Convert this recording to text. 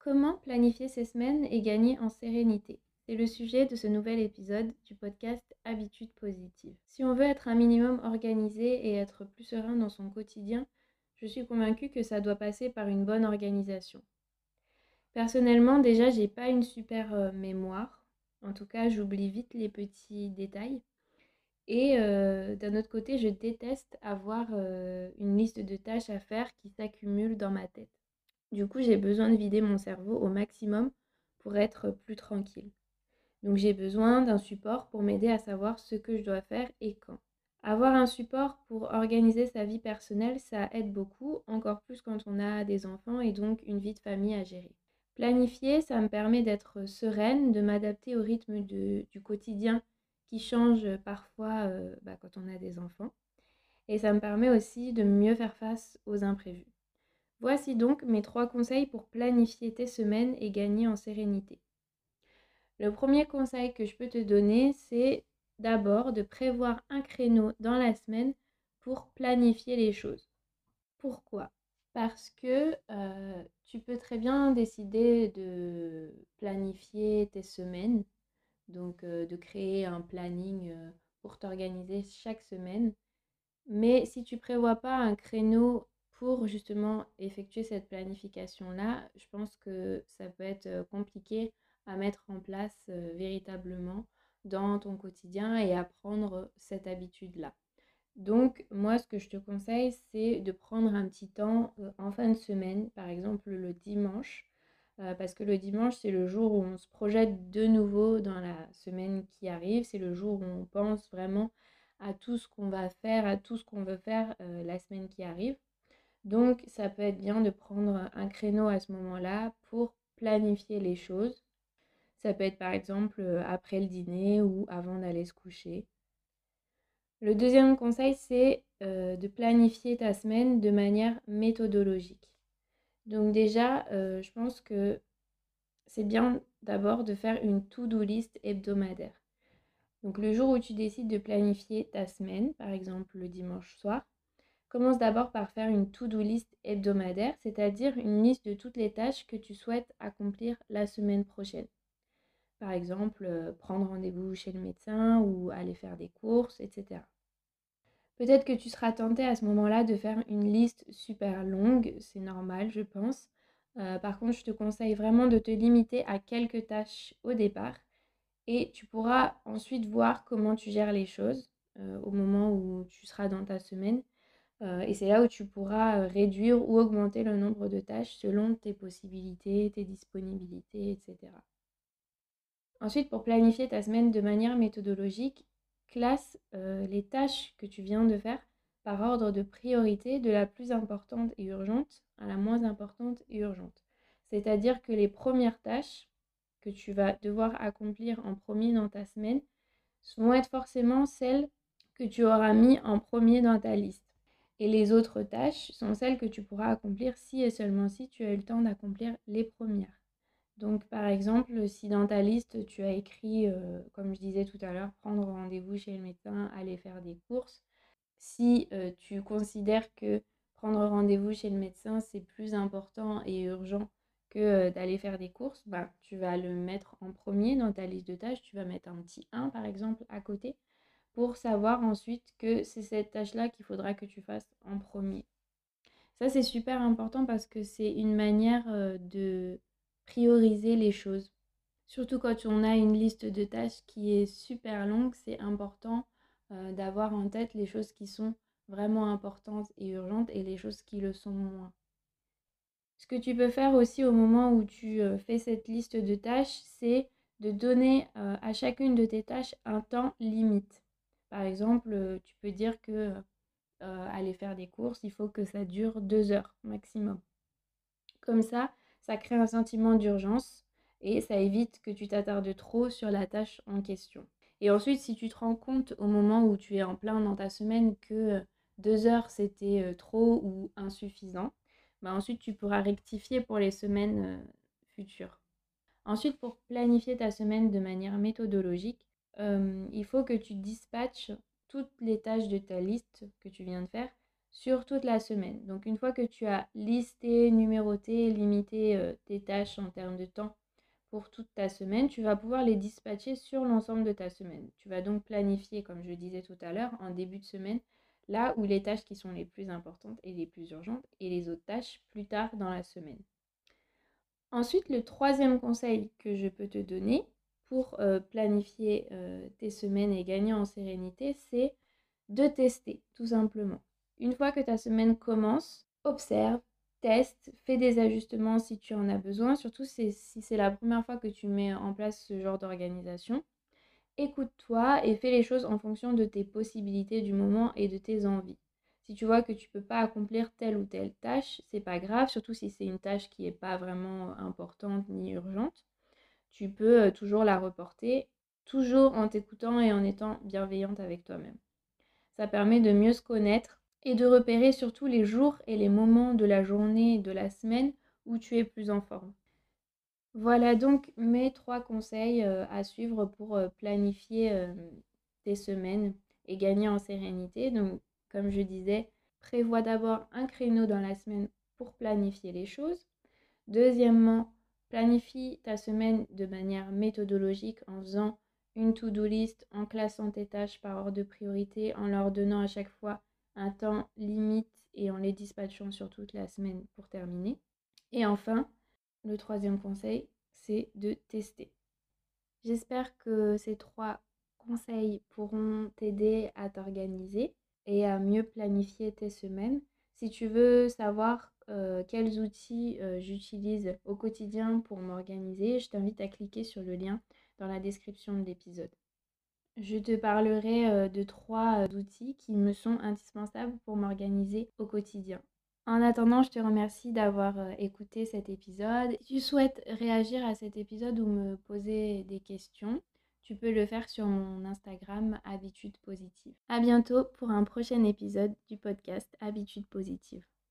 Comment planifier ses semaines et gagner en sérénité? C'est le sujet de ce nouvel épisode du podcast Habitudes positives. Si on veut être un minimum organisé et être plus serein dans son quotidien, je suis convaincue que ça doit passer par une bonne organisation. Personnellement, déjà, j'ai pas une super mémoire. En tout cas, j'oublie vite les petits détails. Et d'un autre côté, je déteste avoir une liste de tâches à faire qui s'accumule dans ma tête. Du coup, j'ai besoin de vider mon cerveau au maximum pour être plus tranquille. Donc j'ai besoin d'un support pour m'aider à savoir ce que je dois faire et quand. Avoir un support pour organiser sa vie personnelle, ça aide beaucoup, encore plus quand on a des enfants et donc une vie de famille à gérer. Planifier, ça me permet d'être sereine, de m'adapter au rythme du quotidien qui change parfois quand on a des enfants. Et ça me permet aussi de mieux faire face aux imprévus. Voici donc mes 3 conseils pour planifier tes semaines et gagner en sérénité. Le premier conseil que je peux te donner, c'est d'abord de prévoir un créneau dans la semaine pour planifier les choses. Pourquoi? Parce que tu peux très bien décider de planifier tes semaines, donc de créer un planning pour t'organiser chaque semaine. Mais si tu prévois pas un créneau pour justement effectuer cette planification-là, je pense que ça peut être compliqué à mettre en place véritablement dans ton quotidien et à prendre cette habitude-là. Donc, moi, ce que je te conseille, c'est de prendre un petit temps en fin de semaine, par exemple le dimanche, parce que le dimanche, c'est le jour où on se projette de nouveau dans la semaine qui arrive. C'est le jour où on pense vraiment à tout ce qu'on va faire, à tout ce qu'on veut faire la semaine qui arrive. Donc, ça peut être bien de prendre un créneau à ce moment-là pour planifier les choses. Ça peut être par exemple après le dîner ou avant d'aller se coucher. Le deuxième conseil, c'est de planifier ta semaine de manière méthodologique. Donc déjà, je pense que c'est bien d'abord de faire une to-do list hebdomadaire. Donc le jour où tu décides de planifier ta semaine, par exemple le dimanche soir, commence d'abord par faire une to-do list hebdomadaire, c'est-à-dire une liste de toutes les tâches que tu souhaites accomplir la semaine prochaine. Par exemple, prendre rendez-vous chez le médecin ou aller faire des courses, etc. Peut-être que tu seras tenté à ce moment-là de faire une liste super longue, c'est normal, je pense. Par contre, je te conseille vraiment de te limiter à quelques tâches au départ et tu pourras ensuite voir comment tu gères les choses au moment où tu seras dans ta semaine. Et c'est là où tu pourras réduire ou augmenter le nombre de tâches selon tes possibilités, tes disponibilités, etc. Ensuite, pour planifier ta semaine de manière méthodologique, classe les tâches que tu viens de faire par ordre de priorité de la plus importante et urgente à la moins importante et urgente. C'est-à-dire que les premières tâches que tu vas devoir accomplir en premier dans ta semaine vont être forcément celles que tu auras mis en premier dans ta liste. Et les autres tâches sont celles que tu pourras accomplir si et seulement si tu as eu le temps d'accomplir les premières. Donc, par exemple, si dans ta liste, tu as écrit, comme je disais tout à l'heure, prendre rendez-vous chez le médecin, aller faire des courses, si tu considères que prendre rendez-vous chez le médecin, c'est plus important et urgent que d'aller faire des courses, bah, tu vas le mettre en premier dans ta liste de tâches. Tu vas mettre un petit 1, par exemple, à côté pour savoir ensuite que c'est cette tâche-là qu'il faudra que tu fasses en premier. Ça, c'est super important parce que c'est une manière de prioriser les choses. Surtout quand on a une liste de tâches qui est super longue, c'est important d'avoir en tête les choses qui sont vraiment importantes et urgentes et les choses qui le sont moins. Ce que tu peux faire aussi au moment où tu fais cette liste de tâches, c'est de donner à chacune de tes tâches un temps limite. Par exemple, tu peux dire que aller faire des courses, il faut que ça dure 2 heures maximum. Comme ça crée un sentiment d'urgence et ça évite que tu t'attardes trop sur la tâche en question. Et ensuite, si tu te rends compte au moment où tu es en plein dans ta semaine que 2 heures c'était trop ou insuffisant, bah ensuite tu pourras rectifier pour les semaines futures. Ensuite, pour planifier ta semaine de manière méthodologique, il faut que tu dispatches toutes les tâches de ta liste que tu viens de faire sur toute la semaine. Donc une fois que tu as listé, numéroté, limité tes tâches en termes de temps pour toute ta semaine, tu vas pouvoir les dispatcher sur l'ensemble de ta semaine. Tu vas donc planifier, comme je disais tout à l'heure, en début de semaine, là où les tâches qui sont les plus importantes et les plus urgentes, et les autres tâches plus tard dans la semaine. Ensuite, le troisième conseil que je peux te donner pour planifier tes semaines et gagner en sérénité, c'est de tester, tout simplement. Une fois que ta semaine commence, observe, teste, fais des ajustements si tu en as besoin, surtout si c'est la première fois que tu mets en place ce genre d'organisation. Écoute-toi et fais les choses en fonction de tes possibilités du moment et de tes envies. Si tu vois que tu ne peux pas accomplir telle ou telle tâche, c'est pas grave, surtout si c'est une tâche qui n'est pas vraiment importante ni urgente. Tu peux toujours la reporter, toujours en t'écoutant et en étant bienveillante avec toi-même. Ça permet de mieux se connaître et de repérer surtout les jours et les moments de la journée et de la semaine où tu es plus en forme. Voilà donc mes 3 conseils à suivre pour planifier tes semaines et gagner en sérénité. Donc, comme je disais, prévois d'abord un créneau dans la semaine pour planifier les choses. Deuxièmement, planifie ta semaine de manière méthodologique en faisant une to-do list, en classant tes tâches par ordre de priorité, en leur donnant à chaque fois un temps limite et en les dispatchant sur toute la semaine pour terminer. Et enfin, le troisième conseil, c'est de tester. J'espère que ces 3 conseils pourront t'aider à t'organiser et à mieux planifier tes semaines. Si tu veux savoir quels outils j'utilise au quotidien pour m'organiser, je t'invite à cliquer sur le lien dans la description de l'épisode. Je te parlerai de 3 outils qui me sont indispensables pour m'organiser au quotidien. En attendant, je te remercie d'avoir écouté cet épisode. Si tu souhaites réagir à cet épisode ou me poser des questions, tu peux le faire sur mon Instagram Habitude Positive. À bientôt pour un prochain épisode du podcast Habitude Positive.